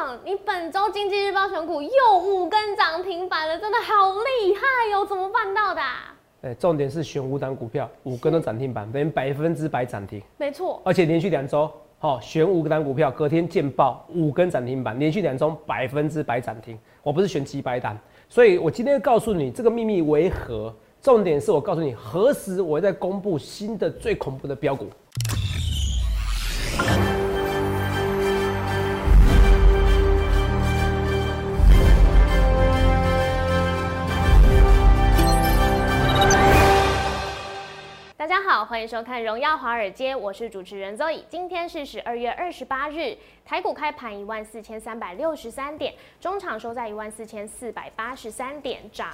长，你本周经济日报选股又5根涨停板了，真的好厉害哦！怎么办到的重点是选5档股票，5根都涨停板，等于100%涨停。 没错， 而且连续2周，选5档股票，隔天见报5根涨停板，连续2周100%涨停。我不是选几百档，所以我今天告诉你这个秘密为何？重点是我告诉你何时我会再公布新的最恐怖的标股。 大家好，欢迎收看《荣耀华尔街》，我是主持人 Zoe。今天是12月28日，台股开盘14363点，中场收在14483点，涨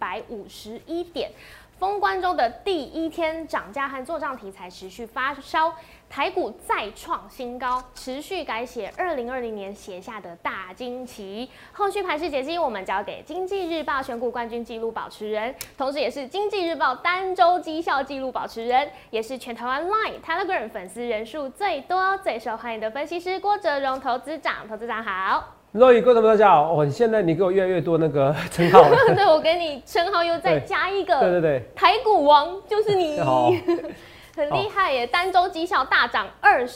151点。封关中的第一天，涨价和作账题材持续发烧，台股再创新高，持续改写2020年写下的大惊奇。后续盘势解析，我们交给经济日报选股冠军纪录保持人，同时也是经济日报单周绩效纪录保持人，也是全台湾 Line、Telegram 粉丝人数最多、最受欢迎的分析师郭哲荣投资长。投资长好。 各位观众大家好，现在你给我越来越多那个称号了。 对，我给你称号又再加一个。 对， 台股王就是你。很厉害耶！单周绩效大涨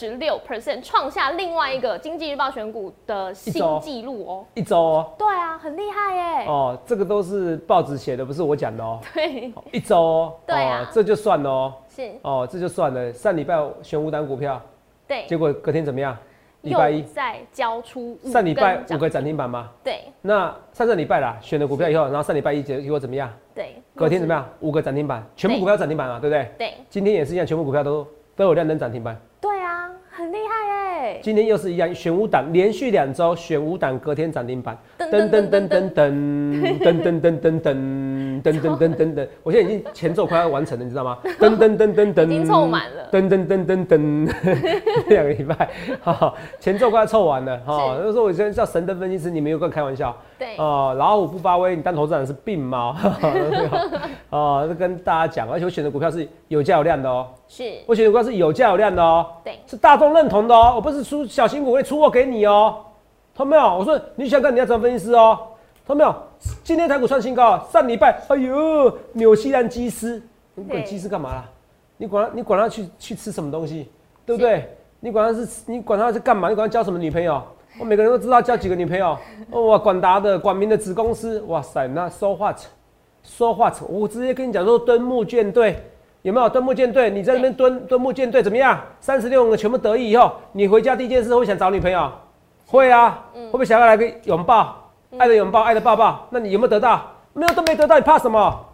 26%，创下另外一个经济日报选股的新纪录哦。 一周哦。 对啊，很厉害耶。 这个都是报纸写的，不是我讲的哦。 对。 一周哦。 对啊。 这就算了哦。 是。 这就算了。上礼拜选5档股票。 对。 结果隔天怎么样？礼拜一再交出上礼拜5个涨停板吗？ 对。 那上礼拜啦，选了股票以后，然后上礼拜一结果怎么样？ 对。 隔天怎么样？5个涨停板，全部股票涨停板啊，对不对？ 对。 今天也是一样，全部股票都有亮灯涨停板。 对啊，很厉害耶！ 今天又是一样，选5档，连续2周选5档，隔天涨停板。噔噔噔噔噔噔噔噔噔噔噔，我现在已经前奏快要完成了，你知道吗？噔噔噔噔噔， 已经凑满了。 噔噔噔噔噔，2个礼拜，前奏快要凑完了哈。就是说我现在叫神灯分析师，你们有跟开玩笑？ 对。 老虎不发威，你当投资人是病猫。跟大家讲，而且我选的股票是有价有量的哦。 是。我选的股票是有价有量的哦。 对。是大众认同的哦，我不是出小型股会出货给你哦。看到没有？我说你想看你要怎么分析师哦。看到没有？今天台股创新高，上礼拜，哎呦，纽西兰鸡丝，你管鸡丝干嘛啦？你管他去吃什么东西，对不对？你管他是干嘛？你管他交什么女朋友？我每个人都知道交几个女朋友。哇，广达的、广明的子公司，哇塞，那 so what？ 我直接跟你讲说，敦木舰队有没有？敦木舰队，你在那边敦木舰队怎么样？36个全部得意以后，你回家第一件事会想找女朋友？会啊，会不会想要来个拥抱？爱的拥抱，爱的抱抱？那你有没有得到？没有，都没得到，你怕什么？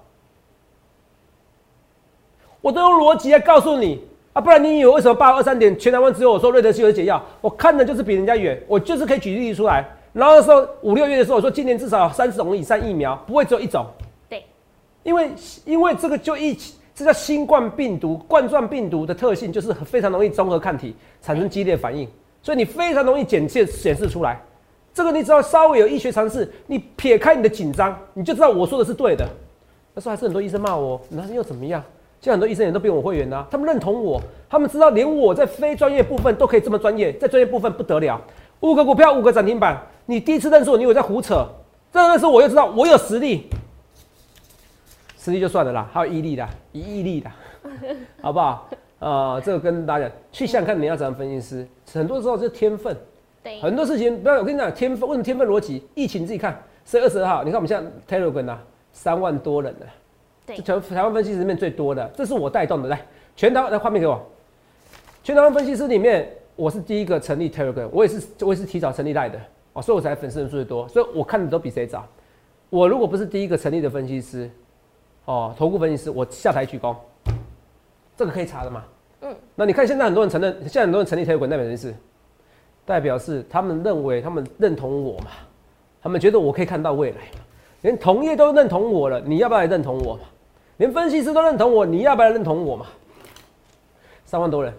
我都用逻辑来告诉你啊，不然你以为为什么823点全台湾只有我说瑞德西有解药？我看的就是比人家远，我就是可以举例子出来。然后那时候5、6月的时候，我说今年至少有30种以上疫苗，不会只有1种。 对，因为这个这叫新冠病毒、冠状病毒的特性，就是非常容易综合抗体产生激烈反应，所以你非常容易显示出来。这个你只要稍微有医学常识，你撇开你的紧张，你就知道我说的是对的。那时候还是很多医生骂我，那又怎么样？现在很多医生也都变我会员啊，他们认同我，他们知道连我在非专业部分都可以这么专业，在专业部分不得了。5个股票5个涨停板，你第一次认识我，你以为在胡扯？这认识我又知道我有实力，实力就算了啦，还有毅力的，毅力的，好不好？这个跟大家讲，去想看你要怎样分析师，很多时候是天分。很多事情，不要我跟你讲天分，为什么天分逻辑？疫情你自己看，10月22号，你看我们现在 Telegram 啊，3万多人了，对，台湾分析师里面最多的，这是我带动的。来，全台湾来画面给我，全台湾分析师里面，我是第一个成立 Telegram， 我也是提早成立来的所以我才粉丝人数最多，所以我看的都比谁早。我如果不是第一个成立的分析师，投顾分析师，我下台鞠躬，这个可以查的嘛？那你看现在很多人承认，现在很多人成立 Telegram 代表人士。代表是他们认为他们认同我嘛，他们觉得我可以看到未来嘛，连同业都认同我了，你要不要来认同我嘛？连分析师都认同我，你要不要来认同我嘛？3万多人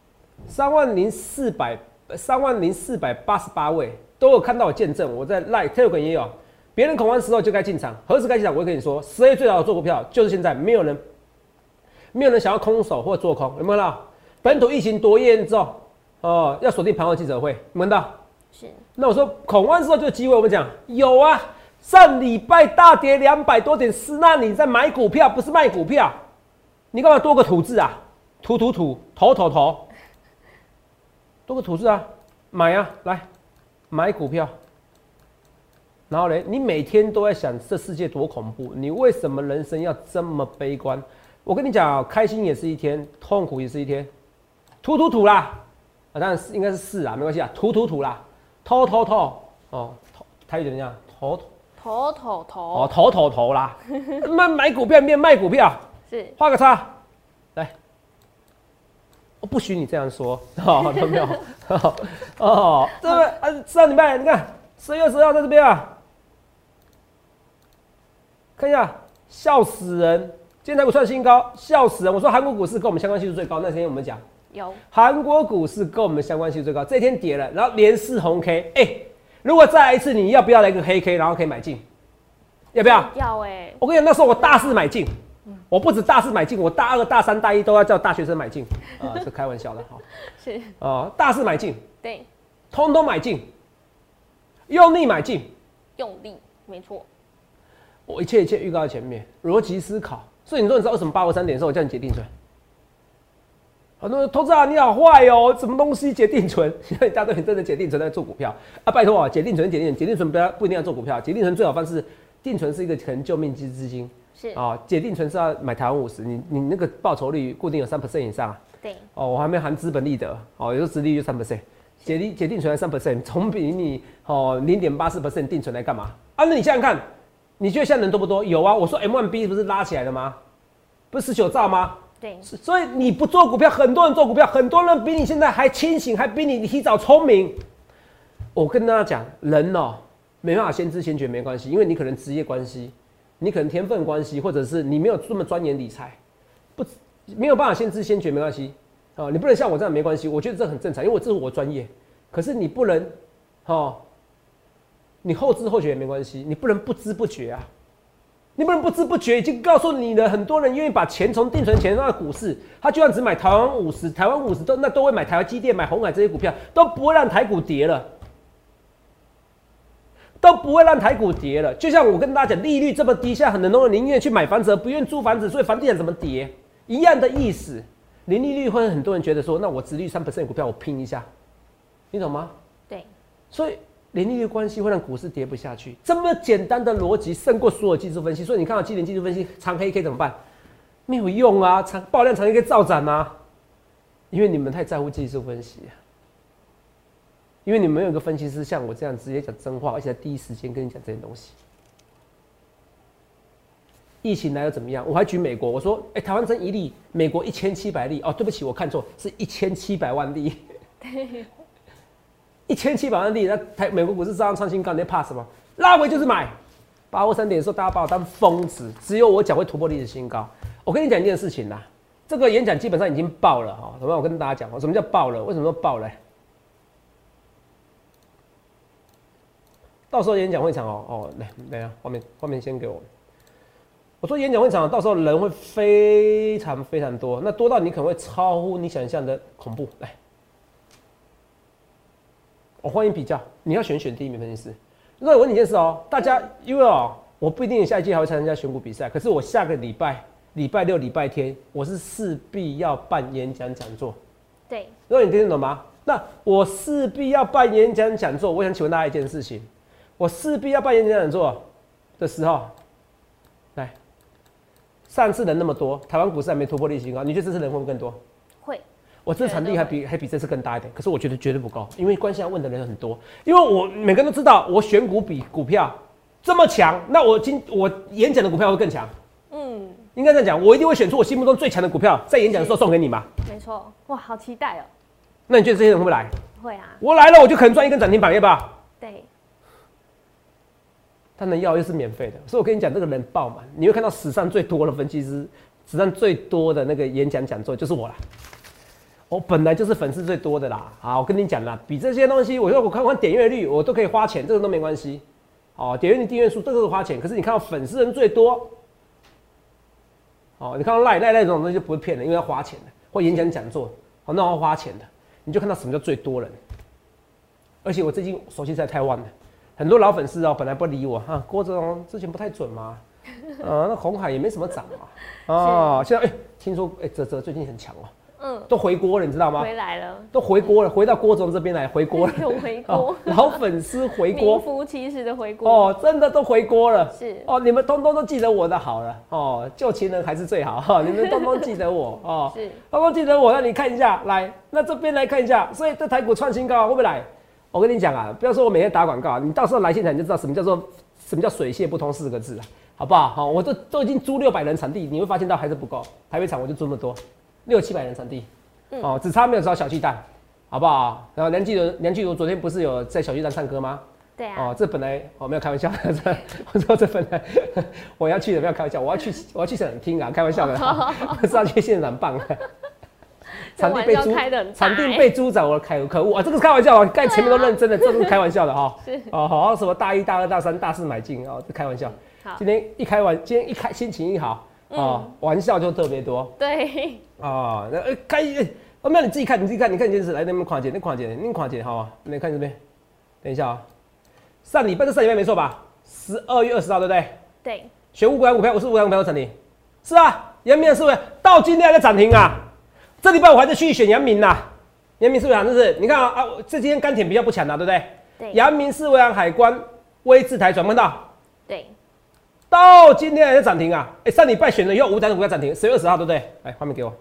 ，30488位都有看到我见证，我在 Line Telegram 也有，别人恐慌时候就该进场，何时该进场？我会跟你说，12月最好的做股票就是现在，没有人想要空手或做空，有没有看到？本土疫情多严重？要锁定盘后记者会，闻到？是。 那我说恐慌之后就有机会，我们讲有啊，上礼拜大跌200多点，是那你在买股票，不是卖股票，你干嘛多个土字啊？土，头，多个土字啊，买啊，来买股票。然后呢，你每天都在想这世界多恐怖，你为什么人生要这么悲观？我跟你讲，开心也是一天，痛苦也是一天，土啦，当然是应该是4啊，没关系啊，土啦，头哦，台语怎么样？头啦，买股票变卖股票， 是画个叉，来，我不许你这样说，有没有？哦，这个上礼拜你看10月10号在这边啊，看一下，笑死人！今天台股创新高，笑死人！我说韩国股市跟我们相关系数最高，那天我们讲有韩国股市跟我们相关系数最高，这天跌了，然后连4红 K， 如果再来一次，你要不要来一个黑 K， 然后可以买进？要不要？ 要我跟你讲，那时候我大肆买进，我不止大肆买进，我大2、大3、大1都要叫大学生买进，是开玩笑的哈。 是大肆买进， 对， 通通买进，用力买进， 用力，没错。 我一切预告在前面，逻辑思考。所以你说你知道为什么853点的时候我叫你解定存？很多人投资啊，你好坏哦，什么东西解定存？现在一大堆人真的解定存在做股票啊！拜托啊，解定存不一定要做股票，解定存最好方式，定存是一个可能救命之资金。 是啊，解定存是要买台湾50，你那个报酬率固定有3% 以上啊。 对。 哦，我还没含资本利得，哦，也就殖利率3%，解定存才3%，总比你0.84% 定存来干嘛？啊，那你想想看。你觉得现在人多不多？有啊，我说 M1B 不是拉起来了吗？不是19兆吗？ 对， 所以你不做股票，很多人做股票，很多人比你现在还清醒，还比你提早聪明。我跟大家讲，人没办法先知先觉没关系，因为你可能职业关系，你可能天分关系，或者是你没有这么钻研理财，没有办法先知先觉没关系啊。你不能像我这样没关系，我觉得这很正常，因为这是我专业。可是你不能你后知后觉也没关系，你不能不知不觉啊！你不能不知不觉，已经告诉你的很多人愿意把钱从定存钱放到股市，他就算只买台湾50，都会买台湾基电、买鸿海这些股票，都不会让台股跌了，就像我跟大家讲，利率这么低下，很多人宁愿去买房子，而不愿租房子，所以房地产怎么跌一样的意思。零利率会很多人觉得说，那我殖利率3%的股票我拼一下，你懂吗？ 对， 所以。零利率关系会让股市跌不下去，这么简单的逻辑胜过所有技术分析。所以你看到今年技术分析长黑 K 怎么办？没有用啊，爆量长黑 K 照涨啊，因为你们太在乎技术分析啊。因为你们有一个分析师像我这样直接讲真话，而且在第一时间跟你讲这些东西。疫情来又怎么样？我还举美国，我说，台湾增1例，美国1700例。哦，对不起，我看错，是1700万例。1700万例，那美国股市照样创新高，你在怕什么？拉回就是买。853点的时候，大家把我当疯子，只有我讲会突破历史新高。我跟你讲一件事情啦，这个演讲基本上已经爆了哈。怎么样？我跟大家讲，什么叫爆了？为什么说爆了？到时候演讲会场来，画面先给我。我说演讲会场到时候人会非常非常多，那多到你可能会超乎你想象的恐怖。来。我欢迎比较，你要选第一名分析师。那我问你一件事大家因为我不一定下一季还会参加选股比赛，可是我下个礼拜6、礼拜天，我是势必要办演讲讲座。 对， 如果你听得懂吗？那我势必要办演讲讲座，我想请问大家一件事情：我势必要办演讲讲座的时候，来，上次人那么多，台湾股市还没突破历史新高，你觉得这次人会不会更多？ 会。 我这场地还比这次更大一点，可是我觉得绝对不够，因为关系要问的人很多。因为我每个人都知道，我选股比股票这么强，那我演讲的股票会更强。应该这样讲，我一定会选出我心目中最强的股票，在演讲的时候送给你嘛。 没错，哇，好期待哦。 那你觉得这些人会不会来？ 会啊。我来了，我就可能赚1根涨停板，要不要？ 对。 他能要又是免费的，所以我跟你讲，这个人爆满，你会看到史上最多的分析师，史上最多的那个演讲讲座就是我啦。我本来就是粉丝最多的啦，我跟你讲啦，比这些东西，我看点阅率，我都可以花钱，这个都没关系。点阅率、订阅数，这个是花钱。可是你看到粉丝人最多，你看到赖这种东西就不会骗人，因为要花钱的，或演讲讲座，那要花钱的，你就看到什么叫最多人。 而且我最近手气实在太旺了，很多老粉丝哦，本来不理我啊，郭哲荣之前不太准嘛，那鸿海也没什么涨嘛，现在听说泽最近很强哦，都回锅了，你知道吗？ 回来了， 都回锅了，回到郭总这边来回锅了， 有回锅， 老粉丝回锅， 名副其实的回锅哦，真的都回锅了， 是哦，你们通通都记得我的好了哦，旧情人还是最好哈，你们通通记得我哦， 是通通记得我，那你看一下，来，那这边来看一下，所以这台股创新高会不会来？我跟你讲啊，不要说我每天打广告，你到时候来现场你就知道什么叫水泄不通4个字了，好不好？好，我都已经租600人场地，你会发现到还是不够，台北场我就租那么多，600-700人场地，哦，只差没有找小巨蛋，好不好？然后梁继茹昨天不是有在小巨蛋唱歌吗？ 对啊， 哦，这本来没有开玩笑的，我说这本来我要去的，没有开玩笑，我要去现场听啊，开玩笑的，不是要去现场办。场地被租，场地被租走了，可恶啊！这个是开玩笑啊，刚才前面都认真的，这是开玩笑的哈。 是哦，好像什么大1、大2、大3、大4买进哦，这开玩笑。今天一开心情一好哦，玩笑就特别多。 对。 哦，那你自己看，你看电视来那边看见，你看见好吗？你看这边，等一下啊，这上礼拜没错吧？12月20号对不对？ 对。 选五股股票，我是五股股票涨停，是啊，阳明是不是到今天还在涨停啊？这礼拜我还在继续选阳明呐，阳明是不是？就是你看啊，这今天钢铁比较不强啊，对不对？ 对。 阳明、世维洋、海关、威智、台转换到， 对。 到今天还在涨停啊！上礼拜选了以后5档股票涨停，10月20号对不对？来，画面给我。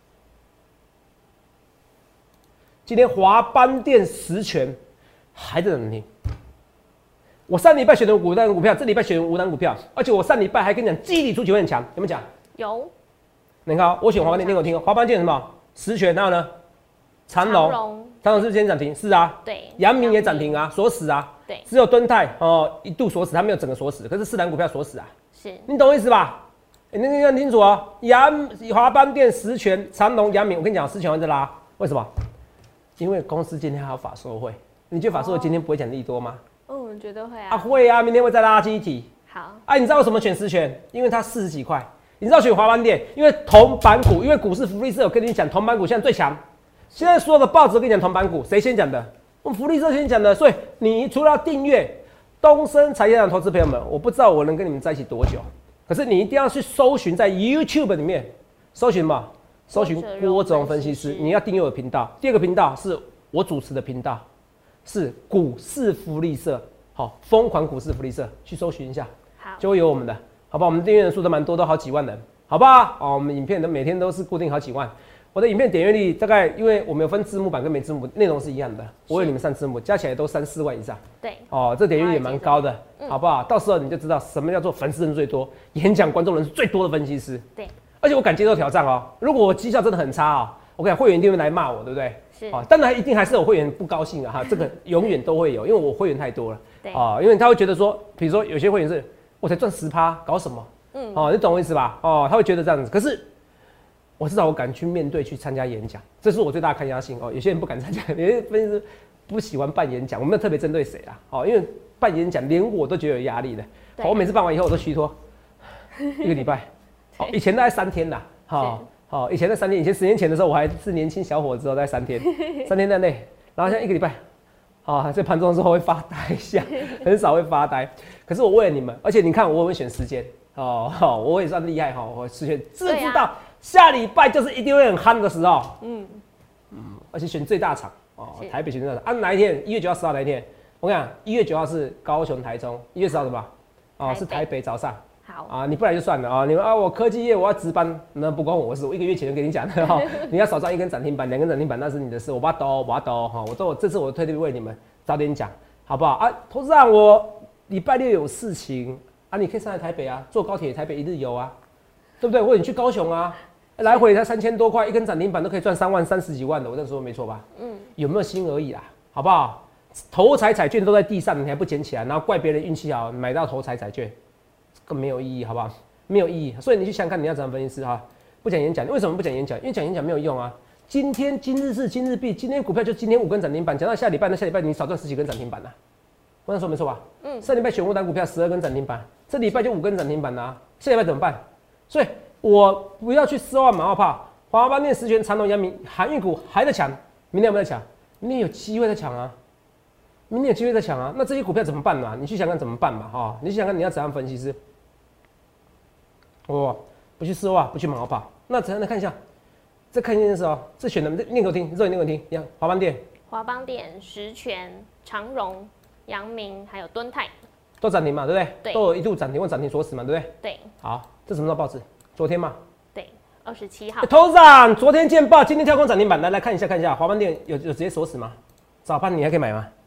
今天华邦电、实权还在涨停。我上礼拜选的5档股票，这礼拜选5档股票，而且我上礼拜还跟你讲，记忆体出球很强，有没有讲？ 有。 你看，我选华邦电，你给我听，华邦电什么？实权，然后呢？长荣是不是今天涨停？是啊。 对。 阳明也涨停啊，锁死啊。 对。 只有敦泰一度锁死，它没有整个锁死，可是4档股票锁死啊。 是。你懂我意思吧？你看清楚哦。华邦电、实权、长荣、阳明，我跟你讲，实权还在拉，为什么？因为公司今天还有法说会，你觉得法说会今天不会讲利多吗？ 我觉得会啊。 会啊，明天会再拉基体。 好。 你知道为什么选实权？因为它40几块。你知道选华邦电，因为铜板股，因为股市福利社，我跟你讲，铜板股现在最强。现在所有的报纸都跟你讲铜板股，谁先讲的？我们福利社先讲的。所以你除了要订阅东森财经的投资朋友们，我不知道我能跟你们在一起多久，可是你一定要去搜寻在 YouTube 里面搜寻嘛，搜寻郭哲荣分析师，你要订阅我的频道。第2个频道是我主持的频道，是股市福利社，好，疯狂股市福利社，去搜寻一下，就会有我们的。好吧，我们订阅人数都蛮多，都好几万人，好不好？我们影片每天都是固定好几万。我的影片点阅率大概，因为我们有分字幕版跟没字幕，内容是一样的，我为你们上字幕，加起来都3、4万以上。 对。 这点阅率也蛮高的，好不好？到时候你就知道什么叫做粉丝人最多、演讲观众人数最多的分析师。 对。 而且我敢接受挑战哦，如果我绩效真的很差我跟你讲，会员一定会来骂我，对不对？ 是。 当然一定还是有会员不高兴啊，这个永远都会有，因为我会员太多了。 对。 因为他会觉得说，比如说有些会员是，我才赚10%，搞什么？你懂我意思吧？他会觉得这样子。可是我至少我敢去面对，去参加演讲，这是我最大的抗压性。有些人不敢参加，有些分析师不喜欢办演讲，我没有特别针对谁啦。因为办演讲连我都觉得有压力的。我每次办完以后，我都虚脱1个礼拜。以前大概3天啦。以前在3天，以前10年前的时候，我还是年轻小伙子，在3天，3天在内，然后现在1个礼拜。在盘中的时候会发呆一下，很少会发呆。可是我为了你们，而且你看我会选时间我也算厉害我知道下礼拜就是一定会很夯的时候。而且选最大场台北选最大场哪一天？1月9号、10号哪一天？我跟你讲，1月9号是高雄、台中，1月10号什么？是台北早上。好你不来就算了你们我科技业我要值班，那不关我的事，我1个月前就跟你讲的你要少赚1根涨停板、2根涨停板，那是你的事，我把它兜这次我特地为你们早点讲，好不好投资人，我礼拜6有事情你可以上来台北坐高铁台北1日游对不对？或者你去高雄来回才3000多块，1根涨停板都可以赚3万、30几万的，我这说没错吧？有没有心而已啦，好不好？头彩彩券都在地上，你还不捡起来，然后怪别人运气好买到头彩彩券。更没有意义，好不好？没有意义，所以你去想想看，你要怎么分析师不讲演讲，为什么不讲演讲？因为讲演讲没有用今天今日事今日毕，今天股票就今天5根涨停板，讲到下礼拜，那下礼拜你少赚10几根涨停板我那说没错吧？上礼拜选5档股票12根涨停板，这礼拜就5根涨停板下礼拜怎么办？所以我不要去4万马后炮，华邦电、实权、长荣、阳明、航运股还在抢，明天有没有在抢？明天有机会在抢明年有机会再抢啊。那这些股票怎么办呢？你去想看怎么办嘛，哈，你去想看你要怎样分析师。不去丝袜，不去马后炮，那怎样来看一下？再看一件事哦，这选的念给我听，念给我听，一样，华邦电、 十全、长荣、阳明还有敦泰都涨停嘛，对不对？ 对， 都有一度涨停或涨停锁死嘛，对不对？ 对。 好，这什么时候报纸？昨天嘛。 对，27号。 头长，昨天见报，今天跳空涨停板，来看一下，华邦电有直接锁死吗？早盘你还可以买吗？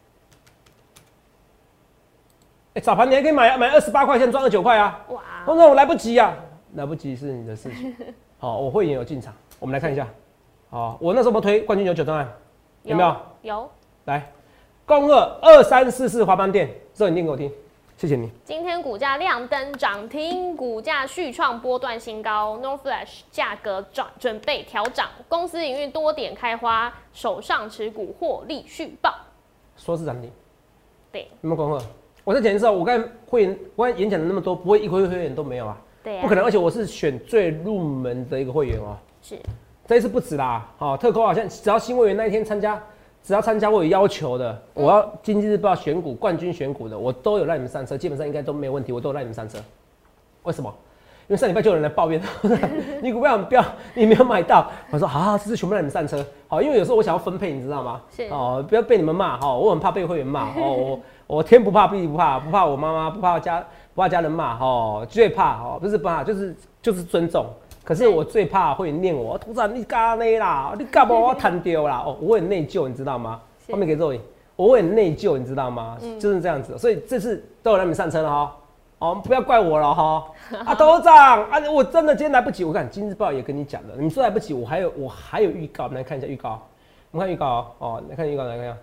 早盘你还可以买啊，买28块，现在赚29块啊！哇！那我来不及啊，来不及是你的事情。好，我会员有进场，我们来看一下。好，我那时候有没有推冠军99专案？有没有？ 有。来， 共22344华邦电，这你念给我听，谢谢你。 今天股价亮灯涨停，股价续创波段新高 ，NOR Flash 价格准备调涨，公司营运多点开花，手上持股获利续报， 说是涨停。 对， 有没有共2？我在讲的时候，我刚才演讲的那么多，不会一个会员都没有啊？ 对啊， 不可能，而且我是选最入门的一个会员哦。 是， 这一次不止啦，好，特扣好像只要新会员那一天参加，只要参加我有要求的，我要经济日报选股冠军选股的，我都有让你们上车，基本上应该都没有问题，我都有让你们上车。为什么？因为上礼拜就有人来抱怨，你股票很飙，你没有买到。我说好，这次全部让你们上车。好，因为有时候我想要分配，你知道吗？ 是哦，不要被你们骂哈，我很怕被会员骂哦。我天不怕地不怕，不怕我妈妈，不怕家人骂哦，最怕哦，不是怕就是尊重。可是我最怕会念我，董事长你干呢啦？你干嘛我弹丢啦？哦，我很内疚，你知道吗？后面给肉影，我很内疚，你知道吗？就是这样子，所以这次都有让你们上车了哈。哦，不要怪我了哈！啊，董事长啊，我真的今天来不及。我看《今日报》也跟你讲了，你说来不及，我还有预告，我们来看一下预告。我们看预告哦，来看预告，来看一下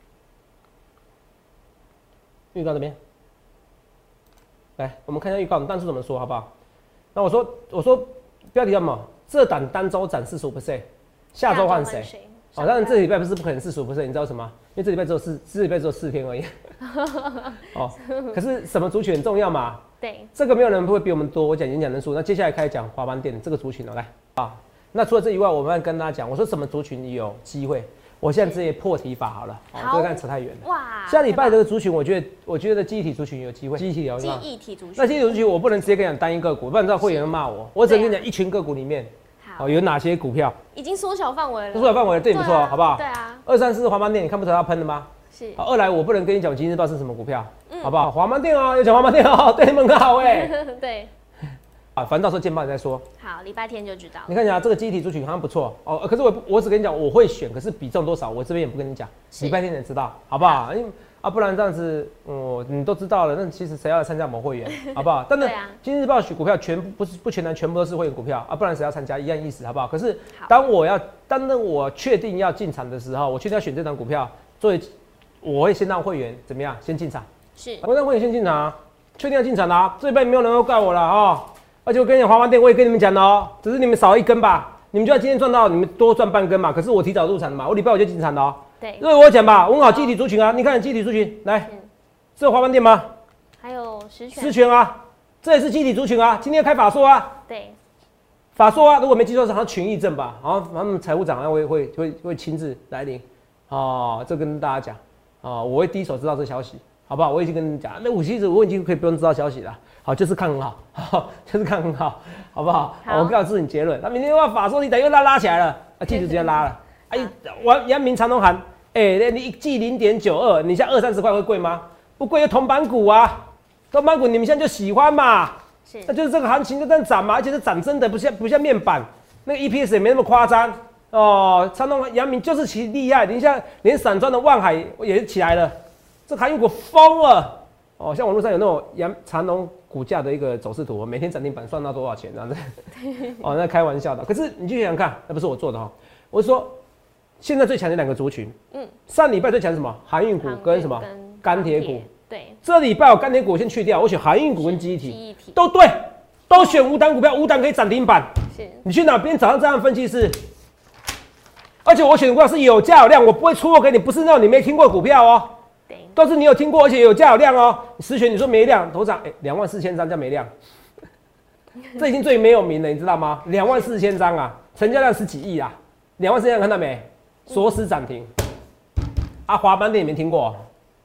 预告这边。来，我们看一下预告，当初怎么说好不好？那我说标题叫什么？这档单周涨45%，下周换谁？哦，当然这礼拜不是不可能45%，你知道什么？因为这礼拜只有4天而已。哦，可是什么族群很重要嘛？ 对， 这个没有人会比我们多。我讲演讲人数，那接下来开始讲华邦电这个族群了。来啊，那除了这以外，我们要跟大家讲，我说什么族群有机会？我现在直接破题法好了，这个看扯太远了。哇，下礼拜这个族群，我觉得记忆体族群有机会。记忆体族群，那记忆体族群我不能直接跟你讲单一个股，不然知道会员骂我。我只能跟你讲一群个股里面。好，有哪些股票？ 已经缩小范围了。 缩小范围对你不错，好不好？ 对啊。 234华邦电，你看不出来要喷的吗？ 是。 好，二来我不能跟你讲今日报是什么股票，好不好？华邦电哦，要讲华邦电哦，对你们很好哎。 对。 啊，反正到时候见报你再说。 好，礼拜天就知道。 你看一下这个记忆体族群好像不错哦，可是我只跟你讲我会选，可是比重多少我这边也不跟你讲，礼拜天才知道，好不好？因为不然这样子，你都知道了，那其实谁要来参加我们会员，好不好？但是今日报选股票不全然全部都是会员股票啊，不然谁要参加一样意思，好不好？可是当我确定要进场的时候，我确定要选这张股票，所以我会先让会员怎么样先进场， 是， 我让会员先进场啊，确定要进场啊，这一辈没有人会怪我了哦。而且我跟你讲，华邦电我也跟你们讲了哦，只是你们少一根吧，你们就要今天赚到，你们多赚半根嘛。可是我提早入场的嘛，我礼拜5就进场的哦。 对， 所以我讲吧，我很好，记忆体族群啊，你看记忆体族群来，这是华邦电吗？ 还有十全啊，这也是记忆体族群啊，今天开法说啊， 对， 法说啊，如果没记错是好像群益证吧，然后他们财务长会亲自来临，哦，这跟大家讲，哦，我会第一手知道这消息，好不好？我已经跟你讲，那其实我已经可以不用知道消息了。好，就是看很好，好，就是看很好，好不好？我告诉你结论。那明天的话，法说你等又拉起来了，技术直接拉了。哎，阳明长荣航，你一季0.92，你现在20-30块会贵吗？不贵，就铜板股啊，铜板股你们现在就喜欢嘛，那就是这个行情就这样涨嘛，而且是涨真的，不像面板，那个 EPS 也没那么夸张哦。长荣、阳明就是其厉害，你像连散装的万海也起来了，这航运股疯了。哦，像网络上有那种长荣股价的一个走势图，每天涨停板算到多少钱这样子？哦，那开玩笑的。可是你就想想看，那不是我做的哈。我是说，现在最强的2个族群，上礼拜最强是什么？航运股跟什么？钢铁股。对。这礼拜我钢铁股先去掉，我选航运股跟记忆体，都对，都选5档股票，5档可以涨停板。是。你去哪边找到这样的分析师？而且我选的股票是有价有量，我不会出货给你，不是那种你没听过的股票哦。都是你有听过，而且有价有量哦。实权你说没量，头涨24000张叫没量，这已经最没有名了，你知道吗？24000张啊，成交量10几亿啊，24000张看到没？锁死涨停。啊，华邦电你没听过？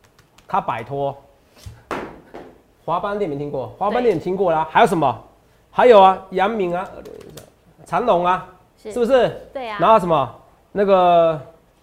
它摆脱。华邦电没听过，华邦电听过啦，还有什么？还有啊，阳明啊，长荣啊，是不是？ 对啊。 然后什么那个，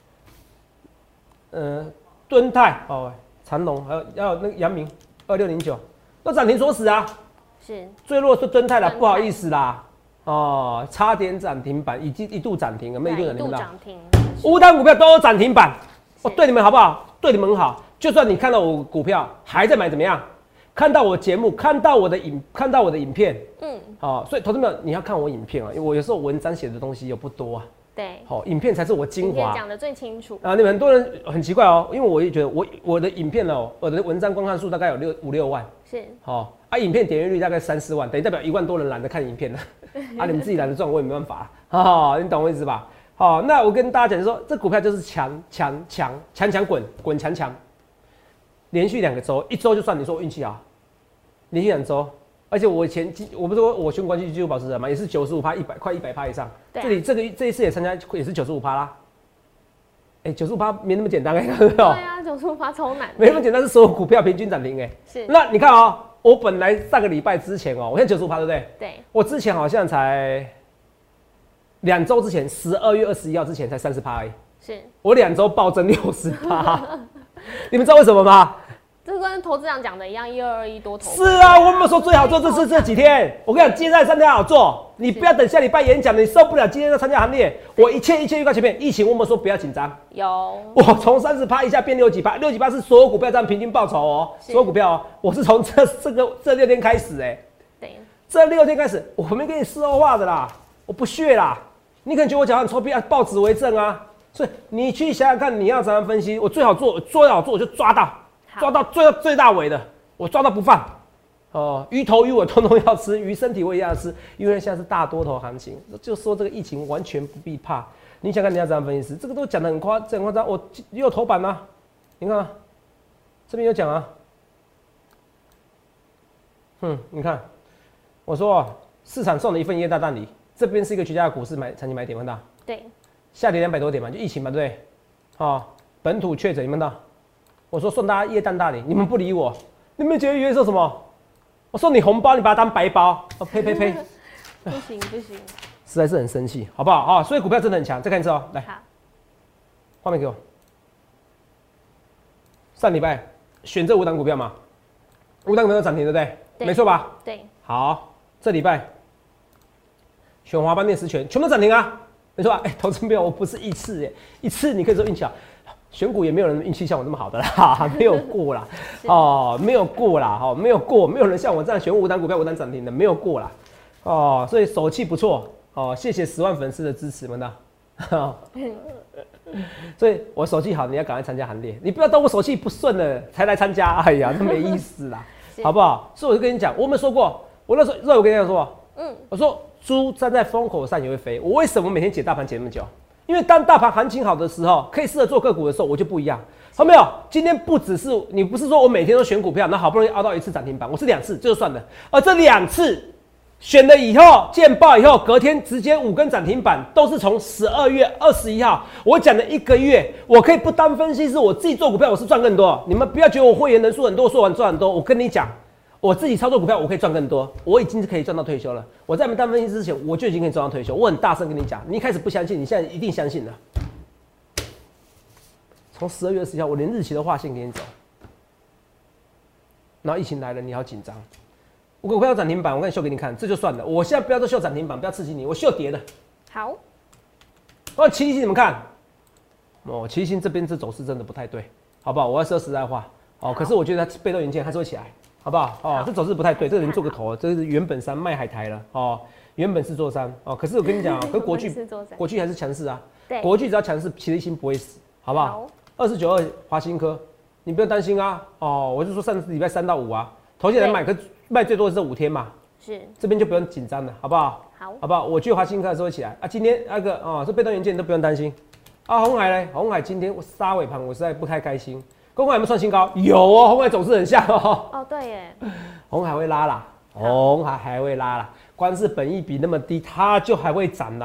敦泰哦，长荣还有那个阳明2609，都涨停锁死啊。 是。最弱是敦泰啦，不好意思啦，哦，差点涨停板，一度涨停了，没一度涨停。5档股票都有涨停板，我对你们好不好？对你们很好。就算你看到我股票还在买，怎么样？看到我节目，看到我的影片，所以投资者你要看我影片啊，因为我有时候文章写的东西又不多啊。 对， 影片才是我精华， 讲的最清楚啊。你们很多人很奇怪哦，因为我也觉得我的影片哦，我的文章观看数大概有5-6万， 是， 影片点阅率大概3-4万，等于代表1万多人懒得看影片了，你们自己懒得赚，我也没办法你懂我意思吧？那我跟大家讲说，这股票就是强滚强强，连续2个周，1周就算你说我运气好，连续2周。而且我不是说我选股技术保持人嘛，也是95%、快100%以上。这里这一次也参加，也是95%啦。95%没那么简单对啊，95%超难。 没那么简单，是所有股票平均涨停是。那你看我本来上个礼拜之前我现在95%对不对？ 对。 我之前好像才2周之前，12月21号之前才30%而已。是。我2周暴增60%，你们知道为什么吗？ 这跟投资长讲的一样，1221多头。 是啊，我们说最好做这几天。我跟你讲，接下来3天好做，你不要等下礼拜演讲，你受不了今天就参加行列。我一切预告前面，疫情我们说不要紧张。 有。 我从30%一下变60几%，60几%是所有股票这样平均报酬哦，所有股票我是从这6天开始对。这6天开始，我没跟你事后话的啦，我不屑啦。你可能觉得我讲很臭屁啊，报纸为证啊，所以你去想想看，你要怎样分析，我最好做我就抓到最大尾的，我抓到不放。鱼头鱼尾通通要吃，鱼身体我也要吃，因为现在是大多头行情，就说这个疫情完全不必怕。你想看你要怎样分析？这个都讲得很夸张。我也有头版吗？你看这边有讲啊。你看，我说市场送了一份耶诞大礼，这边是一个绝佳的股市长期买点，看到？对。下跌200多点嘛，就疫情嘛，对不对？本土确诊，你们看到？我说送大家耶诞大礼，你们不理我，你们觉得以为说什么？我送你红包，你把它当白包，呸！ 不行， 实在是很生气，好不好？所以股票真的很强，再看一次来，好，画面给我。上礼拜选这5档股票嘛，5档股票涨停，对不对？对，没错吧？对。好，这礼拜选华邦电10权，全部涨停啊，没错吧？投资朋友，我不是一次你可以说运气好。选股也没有人运气像我那么好的啦，没有过啦，没有过啦，没有人像我这样选5档股票5档涨停的，没有过啦，所以手气不错，谢谢10万粉丝的支持们的，所以我手气好，你要赶快参加行列，你不要等我手气不顺了才来参加，哎呀，那没意思啦，好不好？所以我就跟你讲，我们说过，我那时候我跟你讲说，我说猪站在风口上也会飞，我为什么每天解大盘解那么久？因为当大盘行情好的时候，可以适合做个股的时候，我就不一样。好没有？今天不只是你，不是说我每天都选股票，那好不容易熬到1次涨停板，我是2次，这就算了。而这2次选了以后，见报以后，隔天直接5根涨停板，都是从12月21号。我讲的1个月，我可以不当分析师，我自己做股票，我是赚更多。你们不要觉得我会员人数很多，说完赚很多。我跟你讲，我自己操作股票，我可以赚更多，我已经是可以赚到退休了。我在没当分析师之前，我就已经可以赚到退休。我很大声跟你讲，你一开始不相信，你现在一定相信了。从12月21号，我连日期都划线给你走。然后疫情来了，你好紧张。我股票涨停板，我跟你秀给你看，这就算了。我现在不要再秀涨停板，不要刺激你，我秀跌的。 好。 奇力新你们看，奇力新这边这走势真的不太对，好不好？我要说实在话，可是我觉得它被动元件还是会起来。好不好？这走势不太对，这个人做个头，这是原本山卖海苔了原本是座山可是我跟你讲跟国巨还是强势啊。对，国巨只要强势，奇力新不会死，好不好？29.2华新科，你不用担心啊。我就说上次礼拜3到5啊，投进来买，可卖最多是这5天嘛。是，这边就不用紧张了，好不好？好不好？我觉得华新科还是会起来啊。今天那个这被动元件都不用担心啊。鸿海呢？鸿海今天我杀尾盘，我实在不太开心。鸿海有没有创新高？有哦，鸿海走势很像哦，对耶，鸿海会拉啦，鸿海还会拉啦。光是本益比那么低，它就还会涨啦。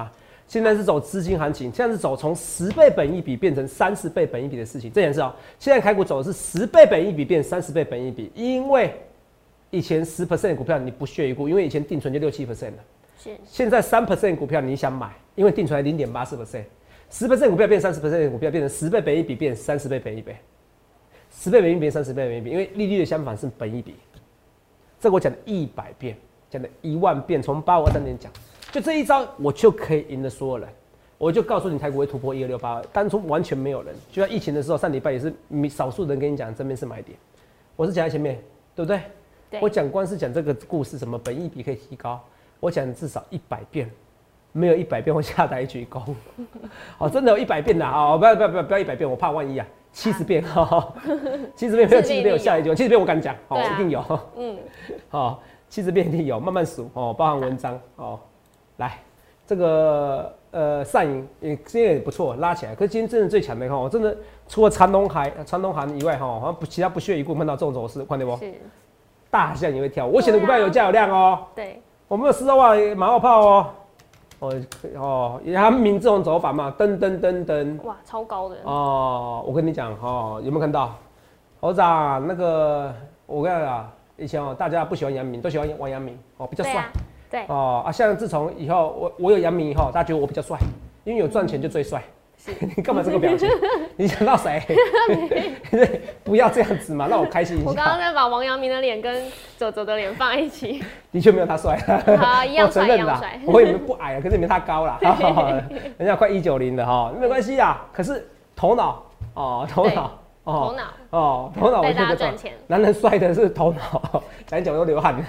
现在是走资金行情，现在是走从10倍本益比变成30倍本益比的事情。这件事现在台股走的是10倍本益比变30倍本益比，因为以前10% 的股票你不屑一顾，因为以前定存就6-7%了。 是。现在3% 的股票你想买，因为定存才0.84%，10% 股票变30% 的股票变成10倍本益比变30倍本益比，10倍本益比变30倍本益比，因为利率的相反是本益比。这个我讲了100遍，讲了10000遍，从8523年讲。就这一招，我就可以赢得所有人。我就告诉你，台股会突破12682，当初完全没有人。就像疫情的时候，上礼拜也是少数人跟你讲这边是买点，我是讲在前面，对不对？对。我讲光是讲这个故事，什么本益比可以提高，我讲至少100遍，没有100遍我下台鞠躬。哦，真的有100遍的啊！不要100遍，我怕万一啊，70遍哈，70遍没有70遍我下一句，70遍我敢讲，哦，一定有，好，70遍一定有，慢慢数哦，包含文章哦。来，这个上影今天也不错，拉起来。可是今天真的最强的哈，真的除了长隆行以外哈，好像其他不屑一顾，碰到这种走势，看到不？是。大象也会跳，我选的股票有价有量哦。对。我们有10万马后炮哦，阳明这种走法嘛，噔。 哇，超高的。 哦，我跟你讲哦，有没有看到？猴子啊，那个我跟你讲，以前哦大家不喜欢阳明，都喜欢王阳明哦，比较帅。对哦啊，像自从以后我有阳明以后，大家觉得我比较帅，因为有赚钱就最帅。你干嘛这个表情？你想到谁？不要这样子嘛，让我开心一下。 我刚刚在把王阳明的脸跟泽泽的脸放在一起， 的确没有他帅。 好，一样帅，一样帅。 我也不矮啊，可是也没他高啦。人家快190的哈，没关系啊。可是头脑哦，头脑。头脑带大家赚钱。男人帅的是头脑，讲一讲都流汗，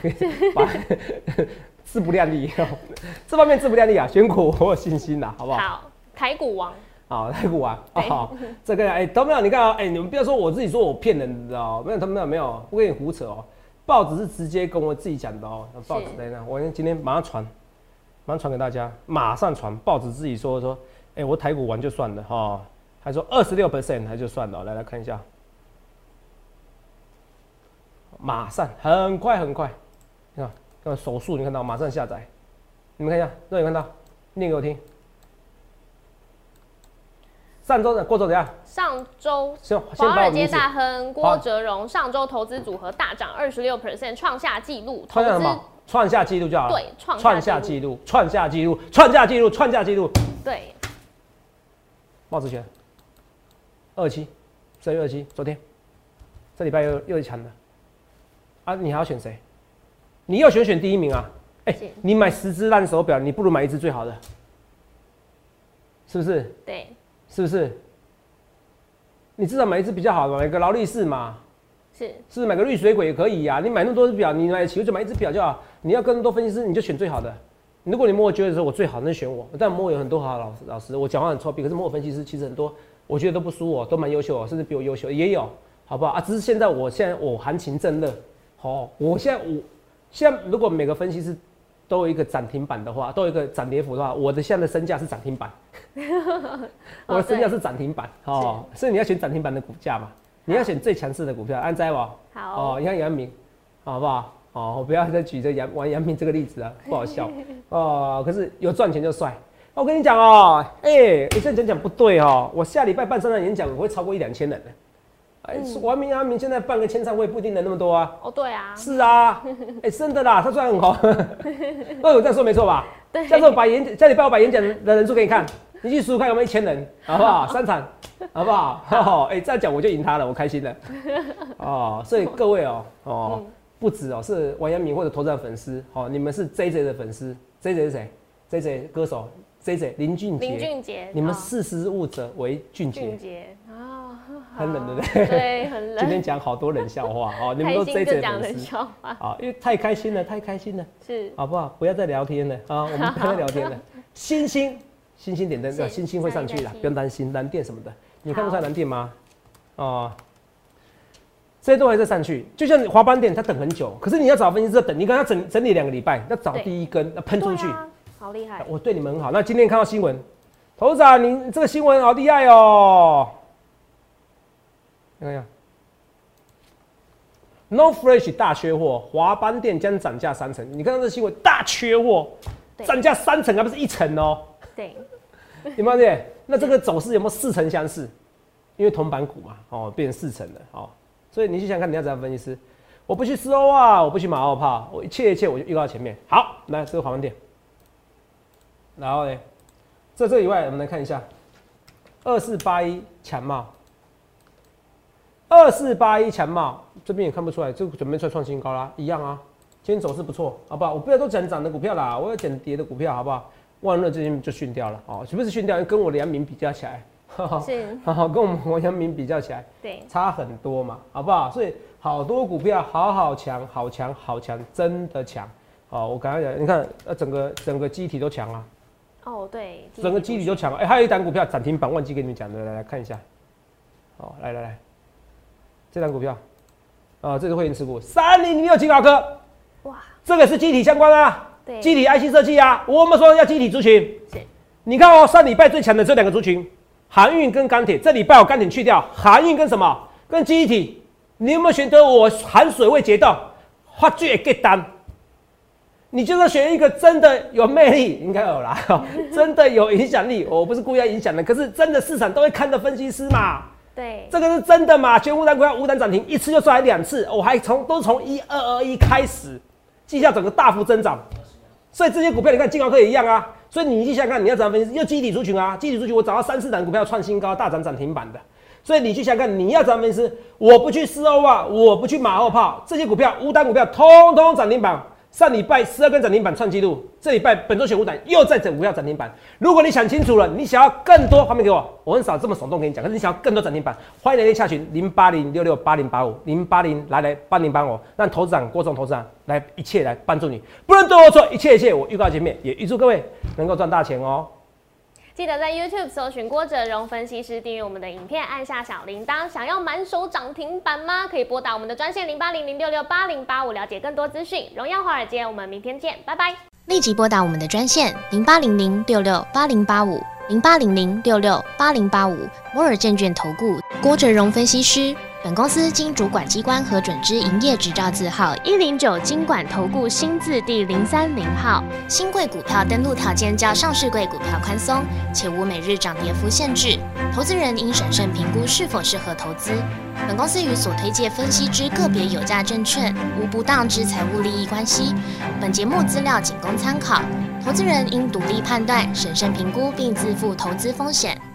自不量力。这方面自不量力啊，选股我有信心啦，好不好？ 好，台股王。 好，台股王。好，这个都没有，你看啊，你们不要说我自己说我骗人，你知道没有，他们没有，不跟你胡扯哦。报纸是直接跟我自己讲的哦，报纸在那，我今天马上传给大家，马上传。报纸自己说，我台股王就算了哈。还说26%，还就算了，来看一下，马上很快，你看手速，你看到马上下载，你们看一下，有看到，念给我听。上周的郭总怎样？ 上周华尔街大亨郭哲荣上周投资组合大涨26%，创下纪录。 创下什么？创下纪录就好了。 对， 创下纪录。 对。 帽子权。12月27，昨天，这礼拜又是强的，啊，你还要选谁？你要选第一名啊！你买10只烂手表，你不如买1只最好的，是不是？ 对， 是不是？你至少买1只比较好的，买个劳力士嘛，是买个绿水鬼也可以呀、啊。你买那么多只表，你买得起就买1只表就好。你要跟那么多分析师，你就选最好的。如果你摸我觉得说我最好，那选我。但摸有很多好的老师，我讲话很臭屁，可是摸我分析师其实很多。我觉得都不输我，都蛮优秀，甚至比我优秀也有，好不好啊？只是现在我行情正热，我现在如果每个分析师都有一个涨停板的话，都有一个涨跌幅的话，我的现在的身价是涨停板，我的身价是涨停板，所以你要选涨停板的股价嘛，你要选最强势的股票，安在不？ 好， 你看阳明，好不好？我不要再举这王阳明这个例子了，不好笑可是有赚钱就帅。我跟你讲哦，你这样讲不对哦。我下礼拜办3场演讲，我会超过1-2000人的。王阳明现在办个签唱会不一定能那么多啊。 哦，对啊。 是啊，真的啦，他虽然很红，我这样说没错吧？ 对。 下礼拜我把演讲的人数给你看，你去数看有没有1000人，好不好？3场，好不好？这样讲我就赢他了，我开心了。所以各位不止是王阳明或者投资人粉丝，你们是 JJ 的粉丝 ，JJ 是谁？JJ 歌手。JJ 林俊杰，你们识时务者为俊杰很冷对不对？ 对，很冷。 今天讲好多冷笑话你们都 JJ 粉丝因为太开心了，是，好不好？不要再聊天了我们不要再聊天了。星星点灯，星星会上去了，不用担心。蓝电什么的，你看不出来蓝电吗？这些都还在上去，就像华邦电，它等很久，可是你要找分析师等，你看它整理2个礼拜，要找第一根，要喷出去。 好厉害！ 我对你们很好。那今天看到新闻，投资长，你这个新闻好厉害哦！看一下 ，No Fresh 大缺货，华邦电将涨价3成。你看到这新闻，大缺货，涨价3成，还不是1成哦。 对， 有没有对？那这个走势有没有似曾相识？因为铜板股嘛，哦，变成似曾了，哦，所以你去想看你要怎样分析师，我不去思欧啊，我不去马后炮，我一切我就预告前面。好，来这个华文点，然后呢，这以外，我们来看一下2481强茂，2481强茂这边也看不出来，这个准备出来创新高啦，一样啊。今天走势不错，好不好？我不要都讲涨的股票啦，我要讲跌的股票，好不好？万润最近就训掉了，哦，是不是训掉？跟我良民比较起来， 是， 跟我良民比较起来， 对， 差很多嘛，好不好？所以好多股票好强，好强，好强，真的强。哦，我刚才讲，你看，整个机体都强啊。 哦，对， 整个基底就强了。还有一档股票涨停板，忘记跟你们讲的，来看一下。好，来，这档股票，这是会员持股3006金豪科，哇，这个是机体相关啊，对，机体 IC 设计啊。我们说要机体族群，是，你看哦，上礼拜最强的这两个族群，航运跟钢铁，这礼拜我钢铁去掉，航运跟什么？跟机体，你有没有选择我含水位结冻，发最给单？你就是选一个真的有魅力，应该有啦，真的有影响力。我不是故意要影响的，可是真的市场都会看的分析师嘛。对，这个是真的嘛？全无单股票无单涨停，一次就出来2次，我还都从1221开始，绩效整个大幅增长。所以这些股票你看金豪科也一样啊。所以你去想看你要怎样分析，又基底族群啊，基底族群我找到3、4档股票创新高，大涨涨停板的。所以你去想看你要怎样分析，我不去思欧啊，我不去马后炮，这些股票无单股票通通涨停板。上礼拜12根涨停板创纪录，这礼拜本周选股档又在整股票涨停板。如果你想清楚了，你想要更多方面给我很少这么耸动跟你讲，可是你想要更多涨停板，欢迎来电洽询080668085，080来8085，让投资长郭总投资长来一切来帮助你，不论对或错，一切我预告前面也预祝各位能够赚大钱哦。 记得在 YouTube 搜寻郭哲荣分析师，订阅我们的影片，按下小铃铛。想要满手涨停板吗？可以拨打我们的专线0800668085，了解更多资讯。荣耀华尔街，我们明天见，拜拜。 立即拨打我们的专线0800668085，0800668085。摩尔证券投顾郭哲荣分析师。本公司经主管机关核准之营业执照字号109金管投顾新字第030号。新贵股票登录条件较上市贵股票宽松，且无每日涨跌幅限制。投资人应审慎评估是否适合投资。本公司与所推介分析之个别有价证券无不当之财务利益关系。本节目资料仅供参考，投资人应独立判断、审慎评估并自负投资风险。